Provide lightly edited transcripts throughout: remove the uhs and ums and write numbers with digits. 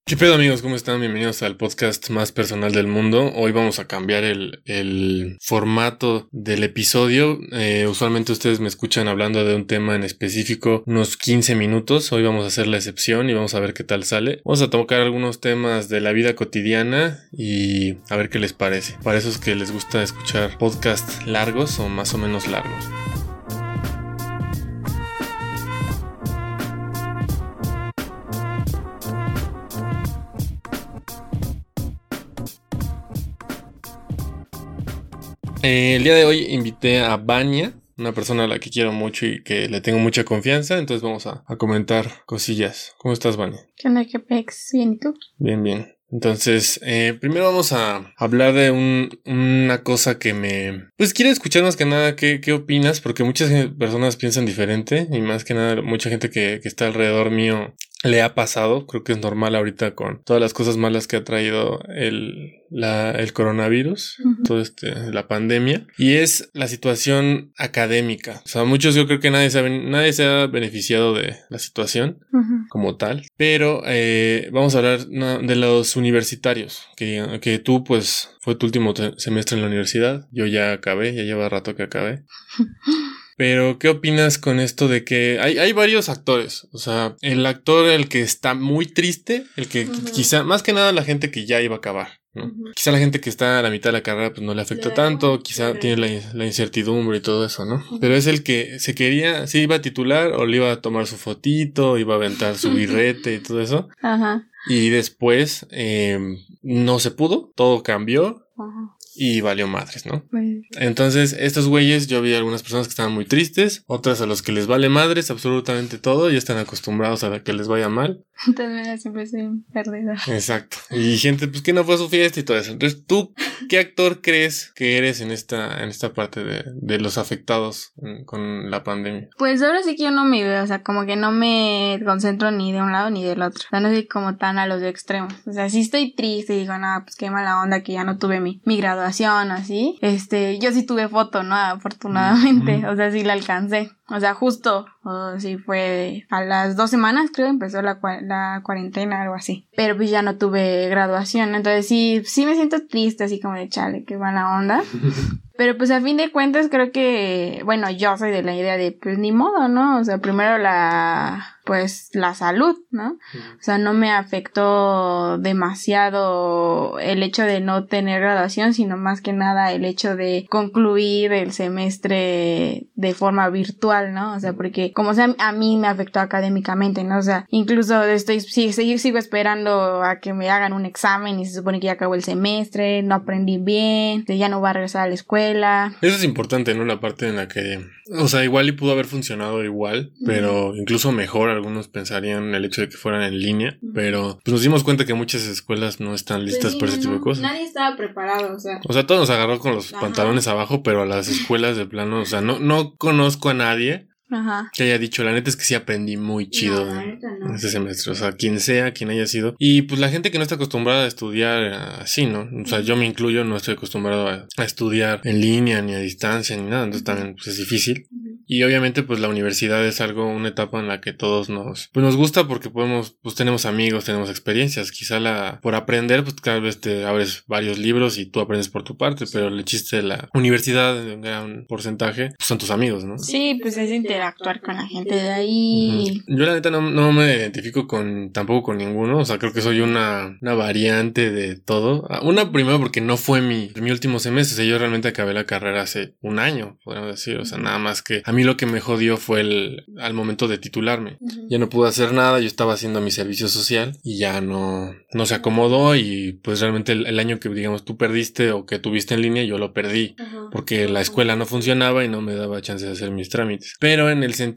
¿Qué pedo, amigos? ¿Cómo están? Bienvenidos al podcast más personal del mundo. Hoy vamos a cambiar el formato del episodio. Usualmente ustedes me escuchan hablando de un tema en específico unos 15 minutos. Hoy vamos a hacer la excepción y vamos a ver qué tal sale. Vamos a tocar algunos temas de la vida cotidiana y a ver qué les parece. Para esos que les gusta escuchar podcasts largos o más o menos largos. El día de hoy invité a Vania, una persona a la que quiero mucho y que le tengo mucha confianza, entonces vamos a comentar cosillas. ¿Cómo estás, Vania? ¿Qué onda, qué pex? ¿Bien y tú? Bien, bien. Entonces, primero vamos a hablar de una cosa que pues quiero escuchar más que nada qué opinas, porque muchas personas piensan diferente y más que nada mucha gente que está alrededor mío le ha pasado. Creo que es normal ahorita con todas las cosas malas que ha traído el coronavirus, todo la pandemia, y es la situación académica. O sea, muchos, yo creo que nadie se ha beneficiado de la situación como tal, pero vamos a hablar de los universitarios, que tú pues fue tu último semestre en la universidad, yo ya acabé, ya lleva rato que acabé. Pero, ¿qué opinas con esto de que hay varios actores? O sea, el actor, el que está muy triste, el que quizá, más que nada la gente que ya iba a acabar, ¿no? Quizá la gente que está a la mitad de la carrera pues no le afectó tanto, quizá tiene la incertidumbre y todo eso, ¿no? Pero es el que se iba a titular o le iba a tomar su fotito, iba a aventar su birrete y todo eso. Ajá. Y después no se pudo, todo cambió. Ajá. Y valió madres, ¿no? Pues... Entonces, estos güeyes, yo vi algunas personas que estaban muy tristes, otras a los que les vale madres absolutamente todo y están acostumbrados a que les vaya mal. También siempre soy un perdedor. Exacto. Y gente, pues, que no fue a su fiesta y todo eso. Entonces, ¿tú qué actor crees que eres en esta parte de los afectados con la pandemia? Pues ahora sí que yo no me veo, o sea, como que no me concentro ni de un lado ni del otro. O sea, no soy como tan a los extremos. O sea, sí estoy triste y digo, no, pues qué mala onda que ya no tuve mi graduación, así. Yo sí tuve foto, ¿no? Afortunadamente. O sea, sí la alcancé. O sea, justo, sí fue a las 2 semanas, creo, empezó la cuarentena, algo así. Pero pues ya no tuve graduación, entonces sí me siento triste, así como de chale, qué mala onda. Pero pues a fin de cuentas creo que, bueno, yo soy de la idea de pues ni modo, ¿no? O sea, primero la salud, ¿no? O sea, no me afectó demasiado el hecho de no tener graduación, sino más que nada el hecho de concluir el semestre de forma virtual, ¿no? O sea, porque como sea, a mí me afectó académicamente, ¿no? O sea, incluso sigo esperando a que me hagan un examen y se supone que ya acabó el semestre, no aprendí bien, ya no voy a regresar a la escuela. Eso es importante, ¿no? La parte en la que, o sea, igual y pudo haber funcionado igual, pero incluso mejor. Algunos pensarían el hecho de que fueran en línea, pero pues nos dimos cuenta que muchas escuelas no están listas para ese tipo de cosas. Nadie estaba preparado, o sea. O sea, todo nos agarró con los pantalones abajo, pero a las escuelas de plano, o sea, no conozco a nadie que haya dicho, la neta es que sí aprendí muy chido en ese semestre, o sea, quien haya sido. Y pues la gente que no está acostumbrada a estudiar así, ¿no? O sea, yo me incluyo, no estoy acostumbrado a estudiar en línea, ni a distancia, ni nada, entonces también pues es difícil. Y obviamente pues la universidad es una etapa en la que todos nos gusta porque tenemos amigos, tenemos experiencias. Quizá por aprender, pues cada vez te abres varios libros y tú aprendes por tu parte, pero el chiste de la universidad, de un gran porcentaje, pues son tus amigos, ¿no? Sí, pues es interactuar con la gente de ahí. Yo la neta no me identifico tampoco con ninguno, o sea, creo que soy una variante de todo. Primero porque no fue mi último semestre, o sea, yo realmente acabé la carrera hace un año, podríamos decir, o sea, nada más que a mí lo que me jodió fue al momento de titularme. Ya no pude hacer nada, yo estaba haciendo mi servicio social y ya no se acomodó y pues realmente el año que digamos tú perdiste o que tuviste en línea yo lo perdí porque la escuela no funcionaba y no me daba chance de hacer mis trámites. Pero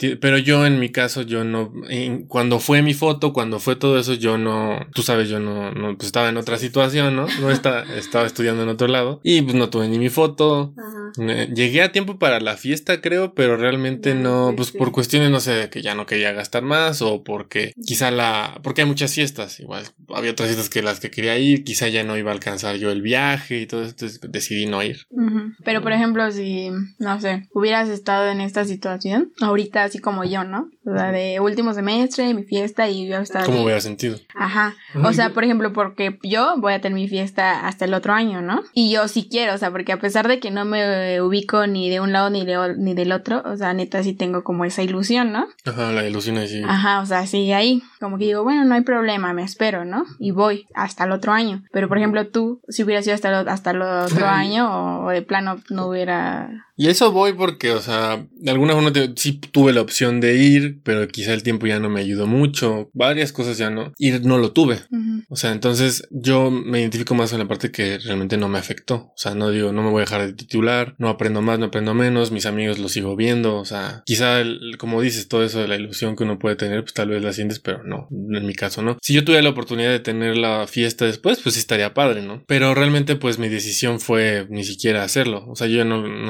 yo en mi caso yo no, cuando fue mi foto, cuando fue todo eso yo no, tú sabes, yo no pues estaba en otra situación, ¿no? Estaba estudiando en otro lado y pues no tuve ni mi foto. Llegué a tiempo para la fiesta, creo, pero realmente realmente no, pues por cuestiones, no sé, que ya no quería gastar más o porque porque hay muchas fiestas, igual había otras fiestas que las que quería ir, quizá ya no iba a alcanzar yo el viaje y todo eso, entonces decidí no ir. Pero por ejemplo, si, no sé, hubieras estado en esta situación, ahorita así como yo, ¿no? O sea, de último semestre, mi fiesta y yo estaba... ¿Cómo hubiera sentido? Ajá, o sea, por ejemplo, porque yo voy a tener mi fiesta hasta el otro año, ¿no? Y yo sí quiero, o sea, porque a pesar de que no me ubico ni de un lado ni del otro, o sea, neta sí tengo como esa ilusión, ¿no? Ajá, la ilusión ahí sí. Ajá, o sea, sigue ahí, como que digo, bueno, no hay problema, me espero, ¿no? Y voy hasta el otro año. Pero, por ejemplo, tú, si hubieras ido hasta el otro año o de plano no hubiera... Y eso voy porque, o sea, de alguna forma sí tuve la opción de ir, pero quizá el tiempo ya no me ayudó mucho. Varias cosas ya no. Ir no lo tuve. O sea, entonces yo me identifico más con la parte que realmente no me afectó. O sea, no digo, no me voy a dejar de titular, no aprendo más, no aprendo menos, mis amigos los sigo viendo. O sea, quizá, como dices, todo eso de la ilusión que uno puede tener, pues tal vez la sientes, pero no, en mi caso no. Si yo tuviera la oportunidad de tener la fiesta después, pues sí estaría padre, ¿no? Pero realmente, pues mi decisión fue ni siquiera hacerlo. O sea, yo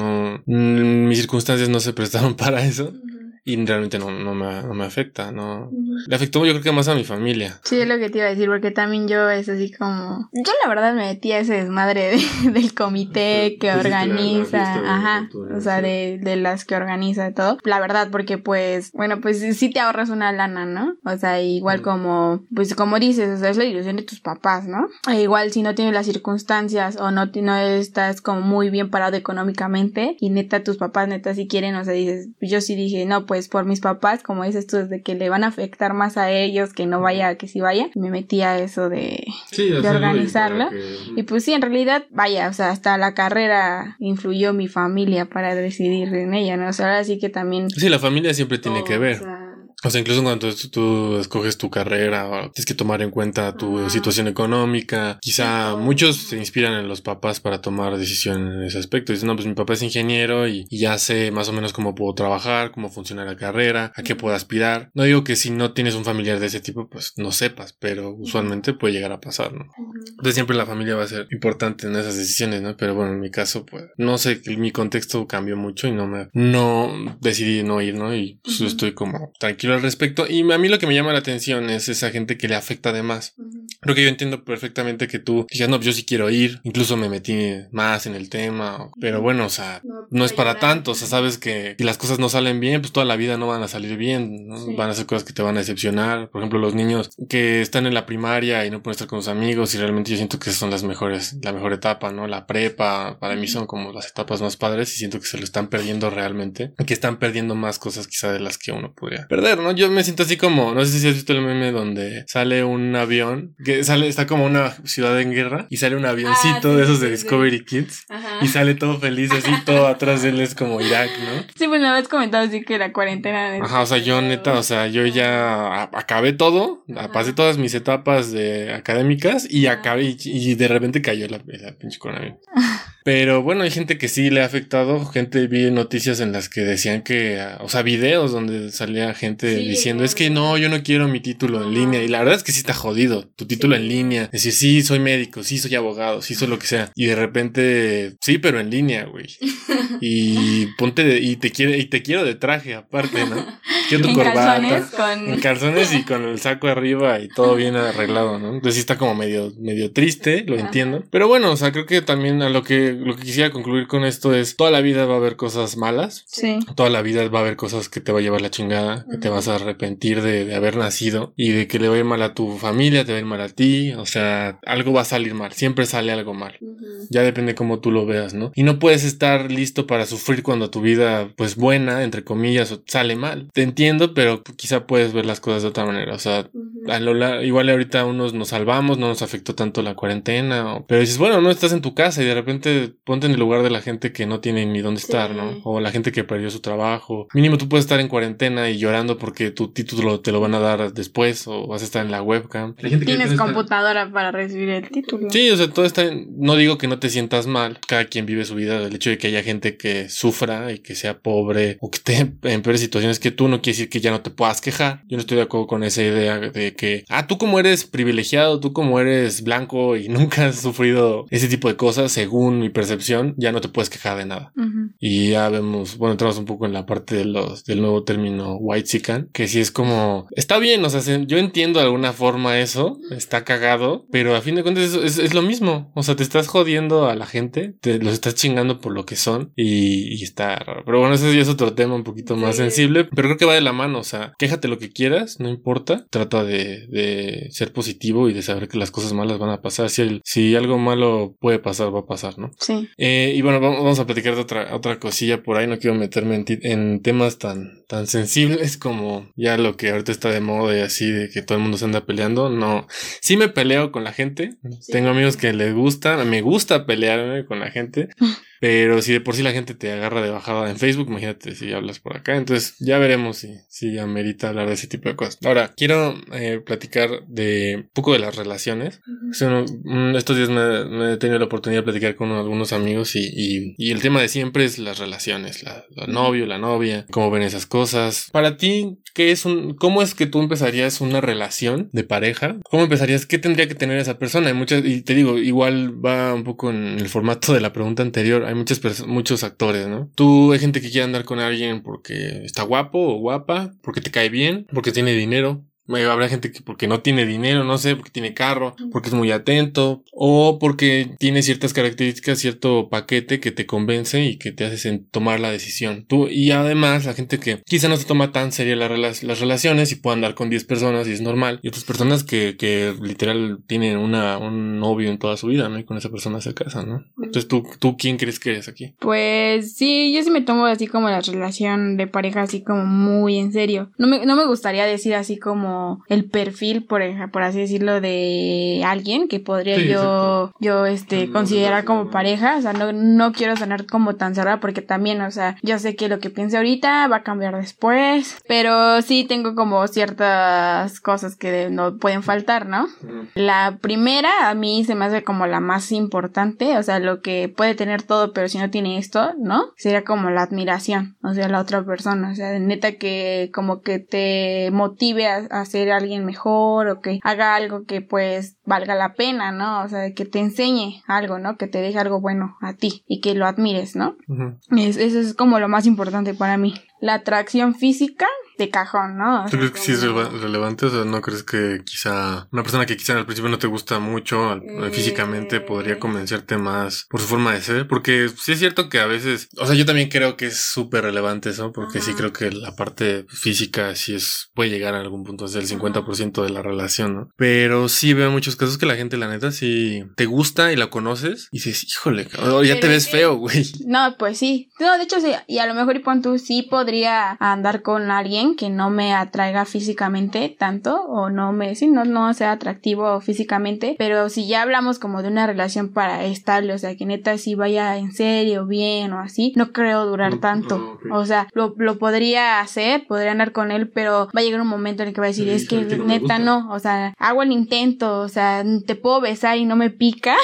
mis circunstancias no se prestaron para eso. Y realmente no me afecta, no. Le afectó yo creo que más a mi familia. Sí, es lo que te iba a decir, porque también yo es así como... Yo la verdad me metí a ese desmadre del comité que organiza, ajá, o sea, de las que organiza todo. La verdad, porque pues, bueno, pues sí te ahorras una lana, ¿no? O sea, igual como, pues como dices, o sea, es la ilusión de tus papás, ¿no? E igual si no tienes las circunstancias o no estás como muy bien parado económicamente y neta tus papás neta si quieren, o sea, dices, yo sí dije, no, pues por mis papás, como dices tú, de que le van a afectar más a ellos, que no vaya, que sí vaya, me metí a eso de organizarlo. Y pues sí, en realidad, vaya, o sea, hasta la carrera influyó mi familia para decidir en ella, ¿no? O sea, ahora sí que también... Sí, la familia siempre tiene que ver. O sea, incluso cuando tú escoges tu carrera, tienes que tomar en cuenta tu situación económica. Quizá muchos se inspiran en los papás para tomar decisiones en ese aspecto. Dicen, no, pues mi papá es ingeniero y ya sé más o menos cómo puedo trabajar, cómo funciona la carrera, a qué puedo aspirar. No digo que si no tienes un familiar de ese tipo, pues no sepas, pero usualmente puede llegar a pasar, ¿no? Entonces siempre la familia va a ser importante en esas decisiones, ¿no? Pero bueno, en mi caso, pues, no sé, mi contexto cambió mucho y no decidí no ir, ¿no? Y pues estoy como tranquilo al respecto. Y a mí lo que me llama la atención es esa gente que le afecta además. Creo que yo entiendo perfectamente que tú digas, no, yo sí quiero ir, incluso me metí más en el tema, pero bueno, o sea, no es para tanto, o sea, sabes que si las cosas no salen bien, pues toda la vida no van a salir bien, ¿no? Sí. Van a ser cosas que te van a decepcionar. Por ejemplo, los niños que están en la primaria y no pueden estar con sus amigos, y realmente yo siento que esas son la mejor etapa, ¿no? La prepa, para mí son como las etapas más padres y siento que se lo están perdiendo realmente, que están perdiendo más cosas quizá de las que uno podría perder, ¿no? Yo me siento así como, no sé si has visto el meme donde sale un avión, está como una ciudad en guerra y sale un avioncito de esos de Discovery Kids. Ajá. Y sale todo feliz así, todo atrás de él es como Irak, ¿no? Sí, pues me habías comentado así que la cuarentena... Ajá, o sea, yo neta, o sea, yo ya acabé todo, pasé todas mis etapas académicas y acabé y de repente cayó la pinche coronavirus. Pero bueno, hay gente que sí le ha afectado. Vi noticias en las que decían que, o sea, videos donde salía gente diciendo, es que no, yo no quiero mi título en línea. Y la verdad es que sí está jodido tu título en línea. Decir, sí, soy médico, sí, soy abogado, sí, soy lo que sea. Y de repente, sí, pero en línea, güey. Y te quiero de traje aparte, ¿no? Quiero tu corbata. En calzones y con el saco arriba y todo bien arreglado, ¿no? Entonces sí está como medio triste, lo entiendo. Pero bueno, o sea, creo que también a lo que quisiera concluir con esto es, toda la vida va a haber cosas malas. Sí. Toda la vida va a haber cosas que te va a llevar la chingada, que te vas a arrepentir de haber nacido y de que le va a ir mal a tu familia, te va a ir mal a ti. O sea, algo va a salir mal. Siempre sale algo mal. Ya depende cómo tú lo veas, ¿no? Y no puedes estar listo para sufrir cuando tu vida, pues buena, entre comillas, sale mal. Te entiendo, pero quizá puedes ver las cosas de otra manera. O sea, igual ahorita unos nos salvamos, no nos afectó tanto la cuarentena. Pero dices, bueno, no estás en tu casa y de repente ponte en el lugar de la gente que no tiene ni dónde estar, ¿no? O la gente que perdió su trabajo. Mínimo tú puedes estar en cuarentena y llorando porque tu título te lo van a dar después o vas a estar en la webcam. Tienes computadora para recibir el título. Sí, o sea, todo está no digo que no te sientas mal. Cada quien vive su vida. El hecho de que haya gente que sufra y que sea pobre o que esté en peores situaciones que tú no quiere quiere decir que ya no te puedas quejar. Yo no estoy de acuerdo con esa idea de que, tú como eres privilegiado, tú como eres blanco y nunca has sufrido ese tipo de cosas, según mi percepción, ya no te puedes quejar de nada. Y ya vemos, bueno, entramos un poco en la parte del nuevo término whitexican, que sí es como, está bien, o sea, yo entiendo de alguna forma eso, está cagado, pero a fin de cuentas es lo mismo. O sea, te estás jodiendo a la gente, te los estás chingando por lo que son y está raro. Pero bueno, ese ya es otro tema un poquito más sensible, pero creo que va de la mano. O sea, quéjate lo que quieras, no importa. Trata de ser positivo y de saber que las cosas malas van a pasar. Si algo malo puede pasar, va a pasar, ¿no? Sí. Y bueno, vamos a platicar de otra cosilla por ahí. No quiero meterme en temas tan sensibles como ya lo que ahorita está de moda y así, de que todo el mundo se anda peleando. No, sí me peleo con la gente. Sí. Tengo amigos que les gusta, me gusta pelearme con la gente. Pero si de por sí la gente te agarra de bajada en Facebook, imagínate si hablas por acá. Entonces ya veremos si amerita hablar de ese tipo de cosas. Ahora, quiero platicar de un poco de las relaciones. Estos días me he tenido la oportunidad de platicar con algunos amigos y el tema de siempre es las relaciones. La novio, la novia, cómo ven esas cosas. Para ti, ¿cómo es que tú empezarías una relación de pareja? ¿Cómo empezarías? ¿Qué tendría que tener esa persona? Y te digo, igual va un poco en el formato de la pregunta anterior. Hay muchos actores, ¿no? Hay gente que quiere andar con alguien porque está guapo o guapa, porque te cae bien, porque tiene dinero. Habrá gente que porque no tiene dinero, no sé, porque tiene carro, porque es muy atento o porque tiene ciertas características, cierto paquete que te convence y que te hace tomar la decisión. Y además la gente que quizá no se toma tan seria las relaciones y puede andar con 10 personas y es normal. Y otras personas que literal tienen un novio en toda su vida, ¿no? Y con esa persona se casan, ¿no? Entonces, ¿tú quién crees que eres aquí? Pues sí, yo sí me tomo así como la relación de pareja así como muy en serio. No me gustaría decir así como el perfil, por así decirlo, de alguien que podría yo considerar como pareja. O sea, no quiero sonar como tan cerrada porque también, o sea, yo sé que lo que piense ahorita va a cambiar después, pero sí tengo como ciertas cosas que no pueden faltar, ¿no? La primera a mí se me hace como la más importante, o sea, lo que puede tener todo, pero si no tiene esto, ¿no? Sería como la admiración, o sea, la otra persona, o sea, neta que como que te motive a ser alguien mejor o que haga algo que pues valga la pena, ¿no? O sea, que te enseñe algo, ¿no? Que te deje algo bueno a ti y que lo admires, ¿no? Eso es como lo más importante para mí. La atracción física de cajón, ¿no? ¿Tú crees que sí es relevante? O sea, ¿no crees que quizá una persona que quizá al principio no te gusta mucho físicamente podría convencerte más por su forma de ser? Porque sí es cierto que a veces, o sea, yo también creo que es súper relevante eso, porque sí creo que la parte física sí puede llegar a algún punto a ser el 50% de la relación, ¿no? Pero sí veo muchos casos que la gente, la neta, sí te gusta y la conoces y dices, híjole, ya te ves feo, güey. No, pues sí. No, de hecho sí, y a lo mejor y pon tú sí podría andar con alguien que no me atraiga físicamente tanto o no sea atractivo físicamente, pero si ya hablamos como de una relación para estable, o sea, que neta sí vaya en serio, bien o así, no creo durar tanto. O sea, lo podría hacer, podría andar con él, pero va a llegar un momento en el que va a decir, es que neta no, o sea, hago el intento, o sea, te puedo besar y no me pica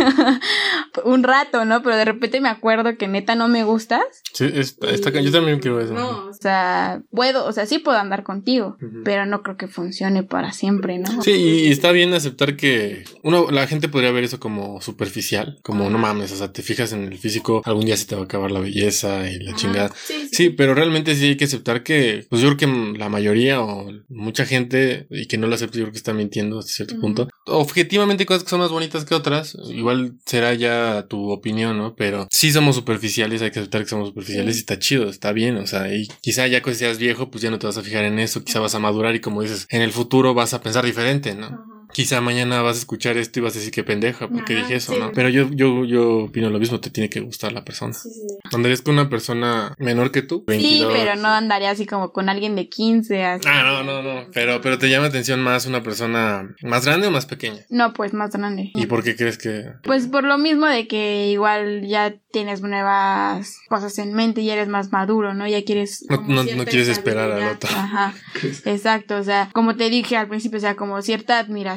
un rato, ¿no? Pero de repente me acuerdo que neta no me gustas. Sí, yo también quiero eso. No, o sea, sí puedo andar contigo, pero no creo que funcione para siempre, ¿no? Sí, y está bien aceptar que la gente podría ver eso como superficial, como no mames, o sea, te fijas en el físico, algún día se te va a acabar la belleza y la chingada. Sí, pero realmente sí hay que aceptar que, pues yo creo que la mayoría o mucha gente, y que no lo acepte, yo creo que está mintiendo hasta cierto punto. Objetivamente hay cosas que son más bonitas que otras, igual será ya tu opinión, ¿no? Pero sí somos superficiales, hay que aceptar que somos superficiales y está chido, está bien, o sea, y quizá ya cuando seas viejo, pues ya no te vas a fijar en eso, quizá vas a madurar y como dices, en el futuro vas a pensar diferente, ¿no? Quizá mañana vas a escuchar esto y vas a decir que pendeja, porque dije eso, ¿no? Pero yo opino lo mismo, te tiene que gustar la persona. Sí. ¿Andarías con una persona menor que tú? 22. Sí, pero no andaría así como con alguien de 15, así. No. Pero te llama atención más una persona más grande o más pequeña. No, pues más grande. ¿Y por qué crees que...? Pues por lo mismo de que igual ya tienes nuevas cosas en mente y eres más maduro, ¿no? Ya quieres... No quieres esperar al otro. Ajá, exacto, o sea, como te dije al principio, o sea, como cierta admiración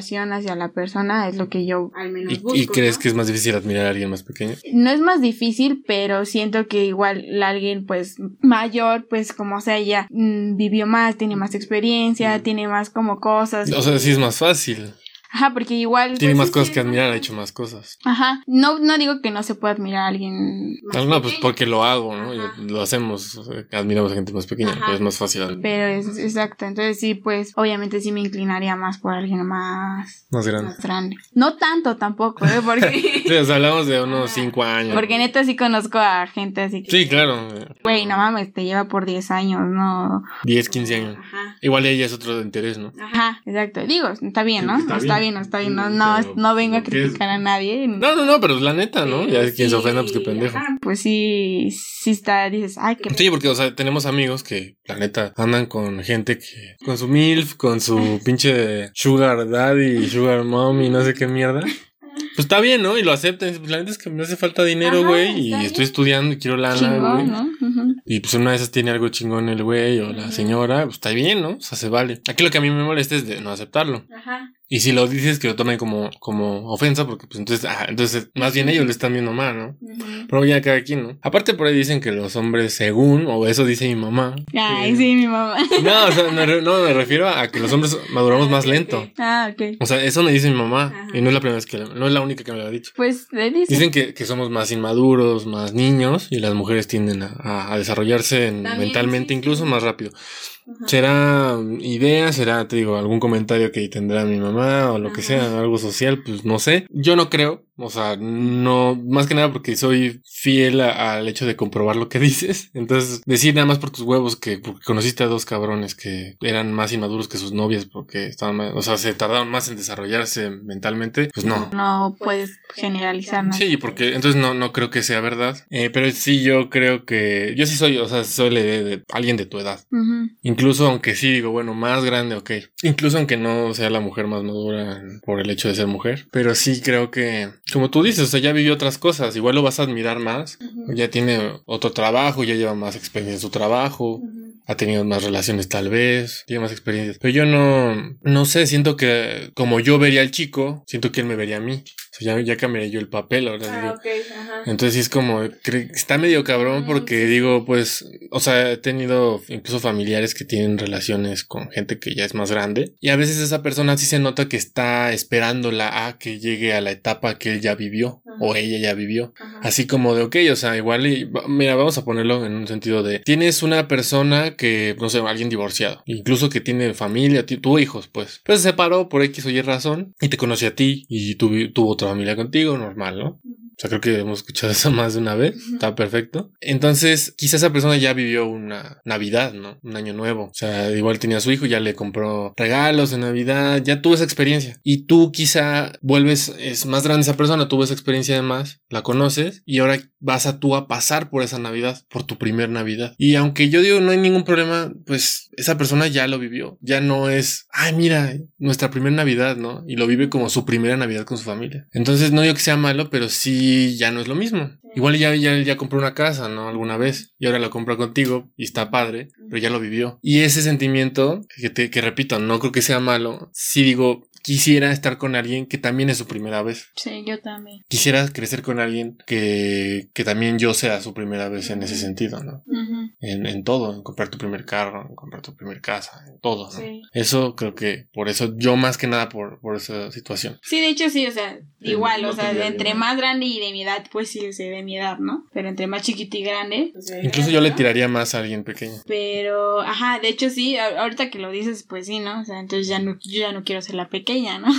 admiración hacia la persona, es lo que yo al menos busco. ¿Y crees ¿no? que es más difícil admirar a alguien más pequeño? No es más difícil, pero siento que igual alguien pues mayor, pues como sea, ya vivió más, tiene más experiencia, tiene más como cosas. O sea, sí es más fácil. Ajá, porque igual... Tiene pues, más cosas sí, que admirar, ha hecho más cosas. Ajá, no digo que no se pueda admirar a alguien más No, pues pequeño. porque lo hago, ¿no? Ajá. Lo hacemos, o sea, admiramos a gente más pequeña, Ajá. pero es más fácil admirar. Pero es exacto, entonces sí, pues obviamente sí me inclinaría más por alguien más grande. No tanto tampoco, porque... Sí, o sea, hablamos de unos 5 años. Porque neta sí conozco a gente así que... Sí, claro. Güey, no mames, te lleva por 10 años, no... 10, 15 años. Ajá. Igual ella es otro de interés, ¿no? Ajá, exacto. Digo, está bien, ¿no? Está Está bien. bien. Pero No vengo a lo que es- criticar a nadie. No, pero es la neta, ¿no? Ya quien se Sí, ofenda, pues qué pendejo. ajá, pues sí está, dices, ay, qué... Sí, porque, o sea, tenemos amigos que, la neta, andan con gente que... Con su MILF, con su pinche Sugar Daddy, Sugar Mom y no sé qué mierda. Pues está bien, ¿no? Y lo aceptan. La neta es que me hace falta dinero, Ajá, güey. está Y bien. estoy estudiando y quiero lana, Chingón, güey. ¿no? Ujú. Y pues una de esas tiene algo chingón el güey o la señora. Pues está bien, ¿no? O sea, se vale. Aquí lo que a mí me molesta es de no aceptarlo. Ajá. Y si lo dices, que lo tomen como ofensa, porque pues entonces más bien ellos le están viendo mal, ¿no? Ujú. Pero ya cada quien, ¿no? Aparte por ahí dicen que los hombres, según, o eso dice mi mamá. Ay, sí, mi mamá. No, o sea, no me refiero a que los hombres maduramos más lento. Ah, ok. O sea, eso me dice mi mamá. Ajá. Y no es la primera vez no es la única que me lo ha dicho. Pues le dice. Dicen que somos más inmaduros, más niños, y las mujeres tienden a desarrollarse También, mentalmente sí, incluso sí. más rápido. Ajá. Será idea, será, te digo, algún comentario que tendrá mi mamá o lo que Ajá. sea, algo social, pues no sé. Yo no creo, o sea, no, más que nada porque soy fiel al hecho de comprobar lo que dices. Entonces, decir nada más por tus huevos porque conociste a dos cabrones que eran más inmaduros que sus novias porque estaban más, o sea, se tardaron más en desarrollarse mentalmente, pues no. No puedes generalizar nada. Sí, porque entonces no creo que sea verdad. Pero sí, yo creo que yo sí soy, o sea, soy de alguien de tu edad. Ujú. Incluso aunque sí, digo, bueno, más grande, ok. Incluso aunque no sea la mujer más madura por el hecho de ser mujer. Pero sí creo que, como tú dices, o sea, ya vivió otras cosas. Igual lo vas a admirar más. Ujú. Ya tiene otro trabajo, ya lleva más experiencia en su trabajo. Ujú. Ha tenido más relaciones tal vez, tiene más experiencias. Pero yo no sé, siento que como yo vería al chico, siento que él me vería a mí. O sea, ya cambiaría yo el papel, ahora digo. Ok, ajá. Entonces sí es como, está medio cabrón porque digo, pues, o sea, he tenido incluso familiares que tienen relaciones con gente que ya es más grande y a veces esa persona sí se nota que está esperándola a que llegue a la etapa que él ya vivió o ella ya vivió. Ajá. Así como de, ok, o sea, igual mira, vamos a ponerlo en un sentido de, tienes una persona que, no sé, alguien divorciado, incluso que tiene familia, tuvo hijos, pues, pero se separó por X o Y razón y te conoció a ti y tuvo otra familia contigo, normal, ¿no? O sea, creo que hemos escuchado eso más de una vez. Está perfecto. Entonces, quizás esa persona ya vivió una Navidad, ¿no? Un año nuevo. O sea, igual tenía a su hijo, ya le compró regalos en Navidad, ya tuvo esa experiencia. Y tú quizá es más grande esa persona, tuvo esa experiencia además, la conoces y ahora vas tú a pasar por esa Navidad, por tu primer Navidad. Y aunque yo digo no hay ningún problema, pues esa persona ya lo vivió. Ya no es, ay, mira, nuestra primera Navidad, ¿no? Y lo vive como su primera Navidad con su familia. Entonces, no digo que sea malo, pero sí ya no es lo mismo. Igual ya compró una casa, ¿no? Alguna vez. Y ahora la compra contigo y está padre, pero ya lo vivió. Y ese sentimiento, que repito, no creo que sea malo. Sí digo, quisiera estar con alguien que también es su primera vez. Sí, yo también. Quisiera crecer con alguien que también yo sea su primera vez en ese sentido, ¿no? Ujú. En todo, en comprar tu primer carro, en comprar tu primer casa, en todo, ¿no? Sí. Eso creo que por eso yo más que nada por esa situación. Sí, de hecho sí, o sea, igual, no o sea, tendría entre ningún- más grande y de mi edad, pues sí, o sea, de mi edad, ¿no? Pero entre más chiquito y grande, pues, Incluso yo le ¿no? tiraría más a alguien pequeño. Pero, ajá, de hecho sí, ahorita que lo dices, pues sí, ¿no? O sea, entonces yo ya no quiero ser la pequeña, ¿no?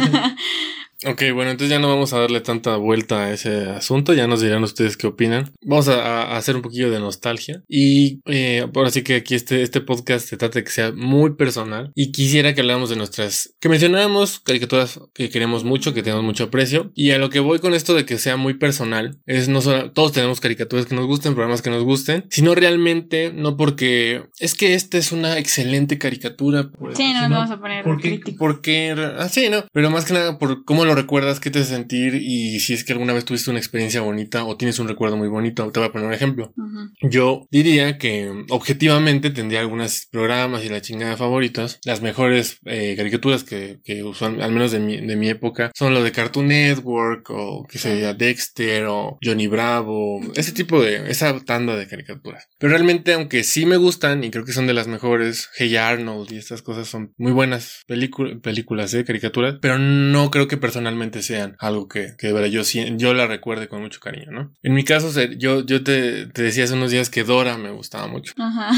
Ok, bueno, entonces ya no vamos a darle tanta vuelta a ese asunto, ya nos dirán ustedes qué opinan. Vamos a hacer un poquillo de nostalgia y ahora sí que aquí este podcast se trata de que sea muy personal y quisiera que habláramos de que mencionáramos caricaturas que queremos mucho, que tenemos mucho aprecio, y a lo que voy con esto de que sea muy personal es no solo, todos tenemos caricaturas que nos gusten, programas que nos gusten, sino realmente no porque es que esta es una excelente caricatura. Sí, no nos vamos a poner críticos. Sí, no, pero más que nada por cómo lo recuerdas? ¿Qué te hace sentir? Y si es que alguna vez tuviste una experiencia bonita o tienes un recuerdo muy bonito, te voy a poner un ejemplo. Yo diría que objetivamente tendría algunos programas y la chingada favoritas. Las mejores caricaturas que usualmente, al menos de mi época, son los de Cartoon Network o que sería Dexter o Johnny Bravo, ese tipo de, esa tanda de caricaturas. Pero realmente, aunque sí me gustan y creo que son de las mejores, Hey Arnold y estas cosas son muy buenas películas de caricaturas, pero no creo que personalmente sean algo que de verdad yo la recuerde con mucho cariño, ¿no? En mi caso, yo te decía hace unos días que Dora me gustaba mucho.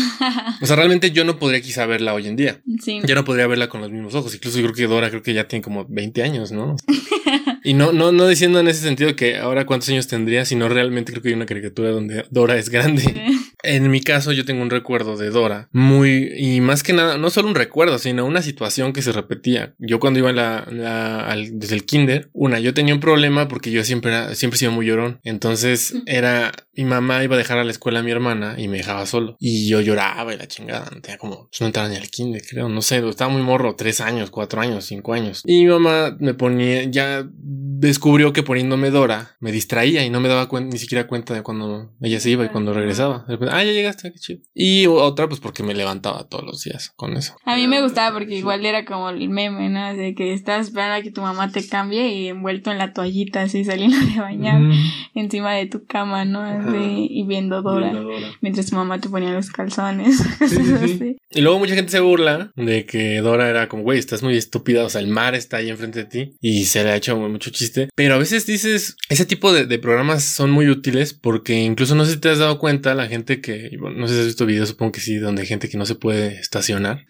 O sea, realmente yo no podría quizá verla hoy en día. Sí. Ya no podría verla con los mismos ojos. Incluso yo creo que Dora ya tiene como 20 años, ¿no? Y no diciendo en ese sentido que ahora cuántos años tendría, sino realmente creo que hay una caricatura donde Dora es grande. En mi caso yo tengo un recuerdo de Dora y más que nada, no solo un recuerdo, sino una situación que se repetía. Yo cuando iba desde el kinder, yo tenía un problema porque yo siempre he sido muy llorón. Entonces mi mamá iba a dejar a la escuela a mi hermana y me dejaba solo. Y yo lloraba y la chingada, tenía como, no entraba ni al kinder, creo, no sé, estaba muy morro, 3 años, 4 años, 5 años. Y mi mamá me ponía, ya descubrió que poniéndome Dora me distraía y no me daba ni siquiera cuenta de cuando ella se iba y cuando regresaba. Ya llegaste, qué chido. Y otra, pues porque me levantaba todos los días con eso. A mí me gustaba porque igual era como el meme, ¿no? De que estás esperando a que tu mamá te cambie y envuelto en la toallita así saliendo de bañar encima de tu cama, ¿no? Así, y viendo Dora mientras tu mamá te ponía los calzones. Sí. Y luego mucha gente se burla de que Dora era como, güey, estás muy estúpida, o sea, el mar está ahí enfrente de ti y se le ha hecho mucho chiste. Pero a veces dices, ese tipo de programas son muy útiles porque incluso no sé si te has dado cuenta, la gente que, bueno, no sé si has visto videos, supongo que sí, donde hay gente que no se puede estacionar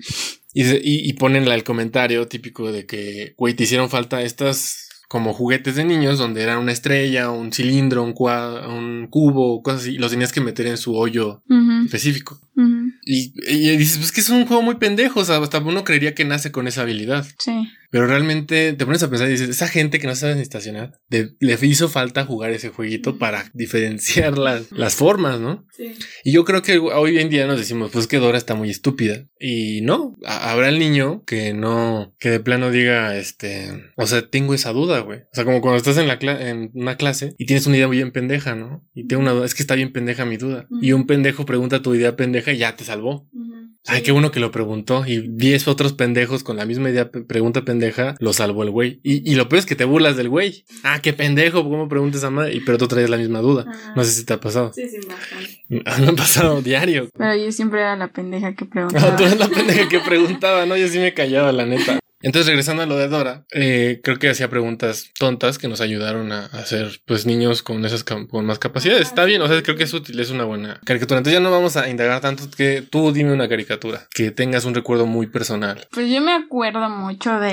y ponen el comentario típico de que, güey, te hicieron falta estas como juguetes de niños donde era una estrella, un cilindro, un cubo, cosas así, y los tenías que meter en su hoyo específico. Y dices, pues que es un juego muy pendejo, o sea, hasta uno creería que nace con esa habilidad. Sí. Pero realmente te pones a pensar y dices, esa gente que no sabe ni estacionar, le hizo falta jugar ese jueguito para diferenciar las formas, ¿no? Sí. Y yo creo que hoy en día nos decimos, pues que Dora está muy estúpida. Y no, habrá el niño que de plano diga, o sea, tengo esa duda, güey. O sea, como cuando estás en una clase y tienes una idea bien pendeja, ¿no? Y tengo una duda, es que está bien pendeja mi duda. Y un pendejo pregunta tu idea pendeja y ya te salvó. Sí. Ay, qué bueno que lo preguntó. Y 10 otros pendejos con la misma idea, pregunta pendeja, lo salvó el güey. Y lo peor es que te burlas del güey. Ah, qué pendejo, ¿cómo preguntas a madre? Pero tú traes la misma duda. No sé si te ha pasado. Sí, bastante. Me ha pasado diario. Pero yo siempre era la pendeja que preguntaba. Tú eres la pendeja que preguntaba, ¿no? Yo sí me callaba, la neta. Entonces, regresando a lo de Dora, creo que hacía preguntas tontas que nos ayudaron a ser, pues, niños con con más capacidades. Está bien, o sea, creo que es útil, es una buena caricatura. Entonces ya no vamos a indagar tanto, que tú dime una caricatura que tengas un recuerdo muy personal. Pues yo me acuerdo mucho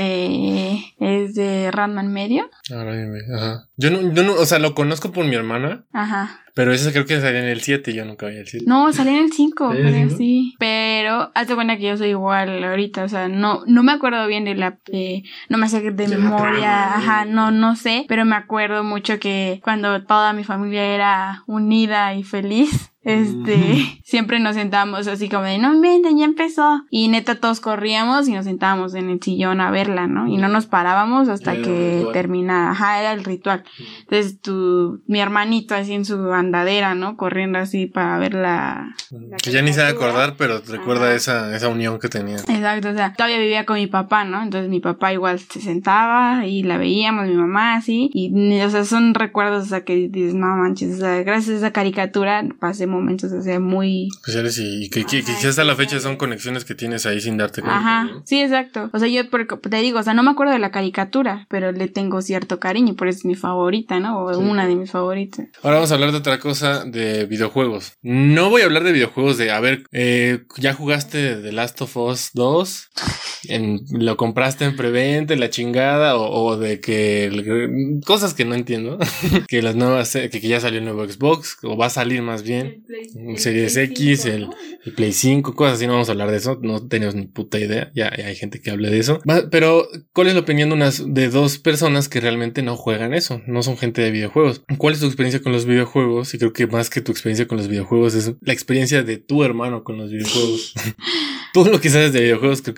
es de Ranma en medio. Ajá. Yo no, o sea, lo conozco por mi hermana. Ajá. Pero ese creo que salía en el 7 y yo nunca veía el 7. No, salía en el 5, creo, sí. Pero hazte cuenta que yo soy igual ahorita, o sea, no me acuerdo bien no me sé de memoria, ajá, no sé, pero me acuerdo mucho que cuando toda mi familia era unida y feliz, siempre nos sentábamos así como de, no inventen, ya empezó. Y neta todos corríamos y nos sentábamos en el sillón a verla, ¿no? Y no nos parábamos hasta que terminara. Ajá, era el ritual. Entonces mi hermanito así en su andadera, ¿no? Corriendo así para ver la que ya ni se va a acordar, pero te recuerda esa unión que tenía. Exacto, o sea, todavía vivía con mi papá, ¿no? Entonces mi papá igual se sentaba y la veíamos, mi mamá así. Y, o sea, son recuerdos, o sea, que dices, no manches, o sea, gracias a esa caricatura pasé momentos, o sea, muy especiales y que quizás hasta la fecha son conexiones que tienes ahí sin darte cuenta. Ajá, ¿no? Sí, exacto. O sea, yo te digo, o sea, no me acuerdo de la caricatura, pero le tengo cierto cariño, por eso es mi favorita, ¿no? O una de mis favoritas. Ahora vamos a hablar de otra cosa, de videojuegos. No voy a hablar de videojuegos a ver, ¿ya jugaste The Last of Us 2? ¿Lo compraste en preventa, la chingada? O de que cosas que no entiendo. Que las nuevas, que ya salió el nuevo Xbox, o va a salir más bien. El Series X, el Play 5, cosas así. No vamos a hablar de eso, no tenemos ni puta idea. Ya hay gente que hable de eso. Pero, ¿cuál es la opinión de dos personas que realmente no juegan eso? No son gente de videojuegos. ¿Cuál es tu experiencia con los videojuegos? Y creo que más que tu experiencia con los videojuegos es la experiencia de tu hermano con los videojuegos. Todo lo que sabes de videojuegos creo que es por tu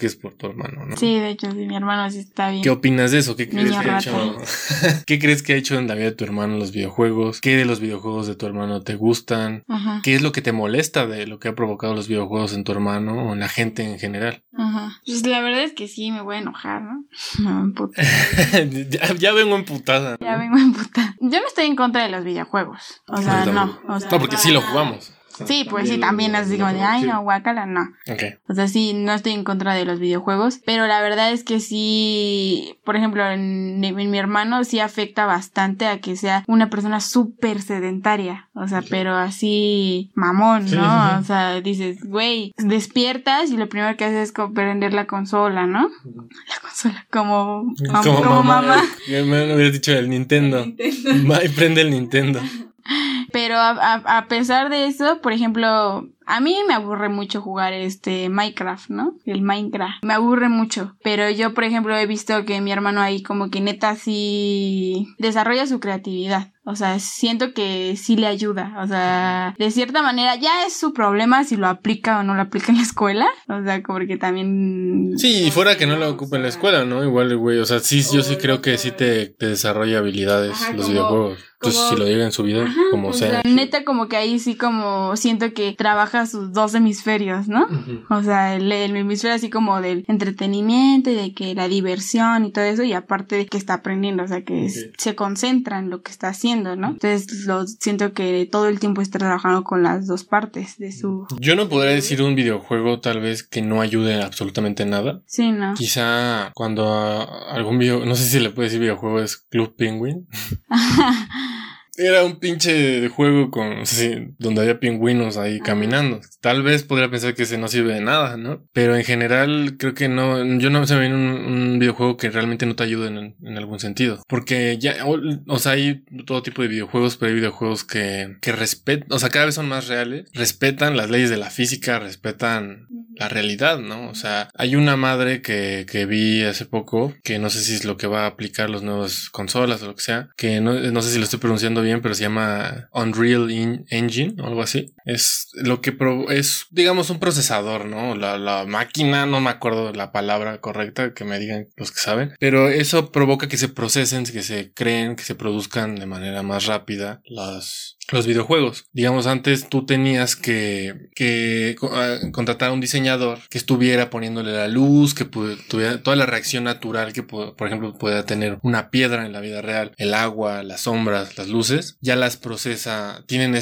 hermano, ¿no? Sí, de hecho, sí, mi hermano sí está bien. ¿Qué opinas de eso? ¿Qué crees Niño que ha rata. hecho? ¿Qué crees que ha hecho en la vida de tu hermano los videojuegos? ¿Qué de los videojuegos de tu hermano te gustan? Ajá. ¿Qué es lo que te molesta de lo que ha provocado los videojuegos en tu hermano o en la gente en general? Ajá. Pues la verdad es que sí me voy a enojar, ¿no? Me voy a emputar. ya vengo emputada, ¿no? Ya vengo a emputar. Yo no estoy en contra de los videojuegos. O sea, Yo no. tampoco. O sea, No, porque sí lo jugamos. sí, pues sí, también así como de, ay, no, guácala, no. Ok. O sea, sí, no estoy en contra de los videojuegos, pero la verdad es que sí, por ejemplo, en mi hermano sí afecta bastante a que sea una persona súper sedentaria, o sea, pero así mamón, ¿no? O sea, dices, güey, despiertas y lo primero que haces es prender la consola, ¿no? La consola, como mamá. Me hubieras dicho el Nintendo. Va y prende el Nintendo. Pero a pesar de eso, por ejemplo, a mí me aburre mucho jugar Minecraft, ¿no? El Minecraft. Me aburre mucho. Pero yo, por ejemplo, he visto que mi hermano ahí como que neta sí desarrolla su creatividad. O sea, siento que sí le ayuda. O sea, de cierta manera ya es su problema si lo aplica o no lo aplica en la escuela. O sea, como que también... Sí, y fuera que no lo ocupe en la escuela, ¿no? Igual, güey, o sea, sí, yo sí creo que sí te desarrolla habilidades los videojuegos. Entonces, si lo llega en su vida, como sea. Neta, como que ahí sí como siento que trabaja sus dos hemisferios, ¿no? Uh-huh. O sea, el hemisferio así como del entretenimiento y de que la diversión y todo eso, y aparte de que está aprendiendo, o sea, que se concentra en lo que está haciendo, ¿no? Entonces, siento que todo el tiempo está trabajando con las dos partes de su... Yo no podría decir un videojuego tal vez que no ayude absolutamente nada. Sí, ¿no? Quizá cuando algún video, no sé si le puede decir videojuego, es Club Penguin. Era un pinche juego con, sí, donde había pingüinos ahí caminando. Tal vez podría pensar que ese no sirve de nada, ¿no? Pero en general creo que no, yo no se me viene un videojuego que realmente no te ayude en algún sentido. Porque ya, o sea, hay todo tipo de videojuegos, pero hay videojuegos que respetan, o sea, cada vez son más reales, respetan las leyes de la física, respetan la realidad, ¿no? O sea, hay una madre que vi hace poco, que no sé si es lo que va a aplicar los nuevos consolas o lo que sea, que no sé si lo estoy pronunciando bien, pero se llama Unreal Engine o algo así. Es lo que es, digamos, un procesador, ¿no? La máquina, no me acuerdo la palabra correcta, que me digan los que saben, pero eso provoca que se procesen, que se creen, que se produzcan de manera más rápida los videojuegos. Digamos, antes tú tenías que contratar a un diseñador que estuviera poniéndole la luz, que tuviera toda la reacción natural que, por ejemplo, pueda tener una piedra en la vida real, el agua, las sombras, las luces, ya las procesa, tienen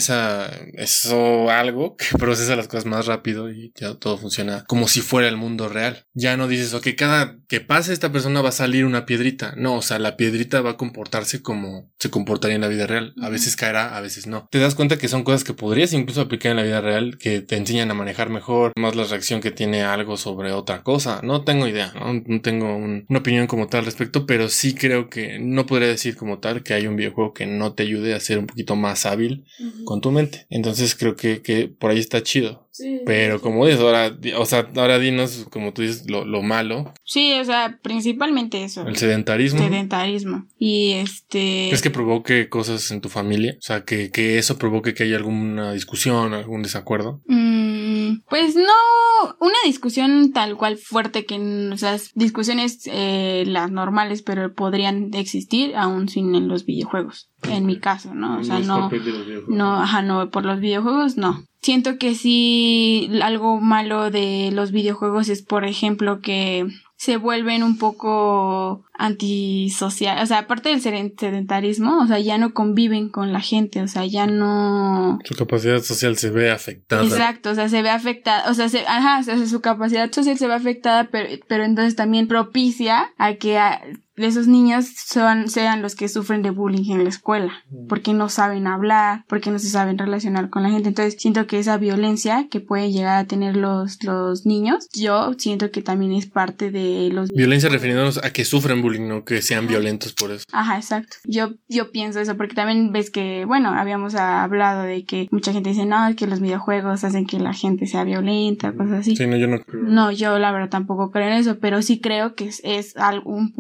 eso algo que procesa las cosas más rápido y ya todo funciona como si fuera el mundo real. Ya no dices, ok, cada que pase esta persona va a salir una piedrita. No, o sea, la piedrita va a comportarse como se comportaría en la vida real. A veces caerá, a veces no. Te das cuenta que son cosas que podrías incluso aplicar en la vida real, que te enseñan a manejar mejor, más la reacción que tiene algo sobre otra cosa. No tengo idea, no tengo una opinión como tal al respecto, pero sí creo que no podría decir como tal que hay un videojuego que no te ayude a ser un poquito más hábil con tu mente. Entonces creo que por ahí está chido. Sí, pero como dices, ahora dinos, como tú dices, lo malo. Sí, o sea, principalmente eso. El sedentarismo. Y ¿Crees que provoque cosas en tu familia? O sea, que eso provoque que haya alguna discusión, algún desacuerdo. Pues no, una discusión tal cual fuerte o sea, discusiones las normales, pero podrían existir aún sin en los videojuegos. En mi caso, ¿no? O sea, no, por los videojuegos no. Siento que sí, algo malo de los videojuegos es, por ejemplo, que se vuelven un poco antisocial, o sea, aparte del sedentarismo, o sea, ya no conviven con la gente, o sea, ya no... Su capacidad social se ve afectada. Exacto, o sea, se ve afectada, o sea, su capacidad social se ve afectada, pero entonces también propicia a que esos niños sean los que sufren de bullying en la escuela, porque no saben hablar, porque no se saben relacionar con la gente. Entonces siento que esa violencia que pueden llegar a tener los niños, yo siento que también es parte de los... Violencia refiriéndonos a que sufren bullying, no que sean violentos por eso. Ajá, exacto. Yo pienso eso, porque también ves que, bueno, habíamos hablado de que mucha gente dice, no, que los videojuegos hacen que la gente sea violenta, cosas así. Sí, no, yo no creo. No, yo la verdad tampoco creo en eso, pero sí creo que es un punto importante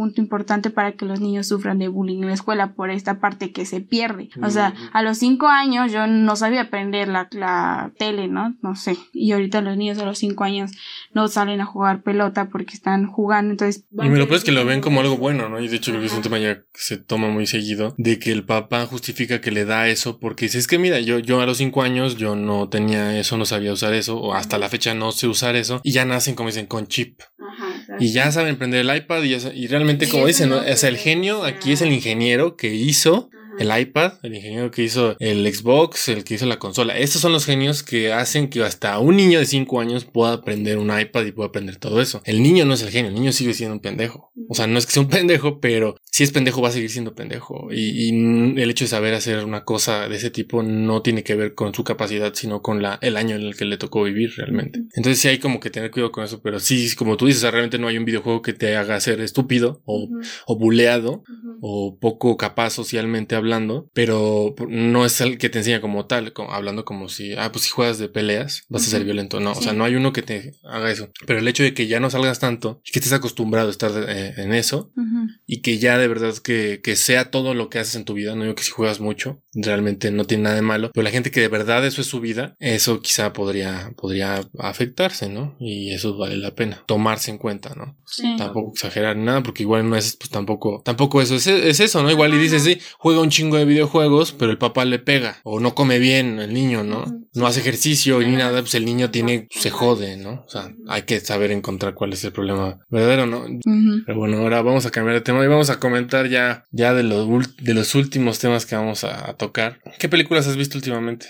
importante para que los niños sufran de bullying en la escuela por esta parte que se pierde. O sea, a los 5 años yo no sabía prender la tele, ¿no? No sé. Y ahorita los niños a los 5 años no salen a jugar pelota porque están jugando, entonces... Y me lo peor es que lo ven como algo bueno, ¿no? Y de hecho creo que es un tema ya que se toma muy seguido, de que el papá justifica que le da eso porque dice, es que mira, yo a los 5 años yo no tenía eso, no sabía usar eso, o hasta la fecha no sé usar eso, y ya nacen, como dicen, con chip. Ajá, y ya saben prender el iPad y realmente, como dicen, ¿no? O sea, el genio aquí es el ingeniero que hizo el iPad, el ingeniero que hizo el Xbox, el que hizo la consola. Estos son los genios que hacen que hasta un niño de 5 años pueda aprender un iPad y pueda aprender todo eso. El niño no es el genio, el niño sigue siendo un pendejo. O sea, no es que sea un pendejo, pero si es pendejo va a seguir siendo pendejo. Y el hecho de saber hacer una cosa de ese tipo no tiene que ver con su capacidad, sino con el año en el que le tocó vivir realmente. Entonces sí hay como que tener cuidado con eso, pero sí, como tú dices, o sea, realmente no hay un videojuego que te haga ser estúpido o buleado o poco capaz socialmente hablando, pero no es el que te enseña como tal, hablando como si, pues si juegas de peleas vas a ser violento. No, o sea, no hay uno que te haga eso. Pero el hecho de que ya no salgas tanto y que estés acostumbrado a estar en eso y que ya de verdad que sea todo lo que haces en tu vida, no digo que si juegas mucho, realmente no tiene nada de malo, pero la gente que de verdad eso es su vida, eso quizá podría afectarse, ¿no? Y eso vale la pena tomarse en cuenta, ¿no? Sí. Tampoco exagerar nada, porque igual no es, pues tampoco eso es eso, ¿no? Igual y dices, sí, juega un chingo de videojuegos, pero el papá le pega, o no come bien el niño, ¿no? No hace ejercicio ni nada, pues el niño se jode, ¿no? O sea, hay que saber encontrar cuál es el problema verdadero, ¿no? Pero bueno, ahora vamos a cambiar de tema y vamos a comentar ya de los últimos temas que vamos a tocar. ¿Qué películas has visto últimamente?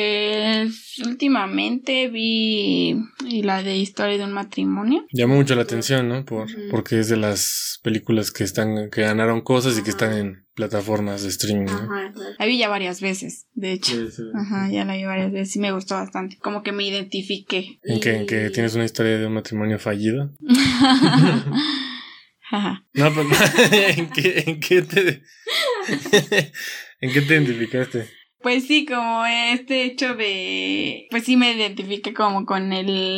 Pues últimamente vi la de Historia de un matrimonio. Llamó mucho la atención, ¿no? Porque es de las películas que ganaron cosas y que están en plataformas de streaming, ¿no? La vi ya varias veces, de hecho. Sí. Ya la vi varias veces y me gustó bastante. Como que me identifiqué. ¿En que tienes una historia de un matrimonio fallido? No, pues ¿en qué te identificaste? Pues sí, como este hecho de... Pues sí me identifiqué como con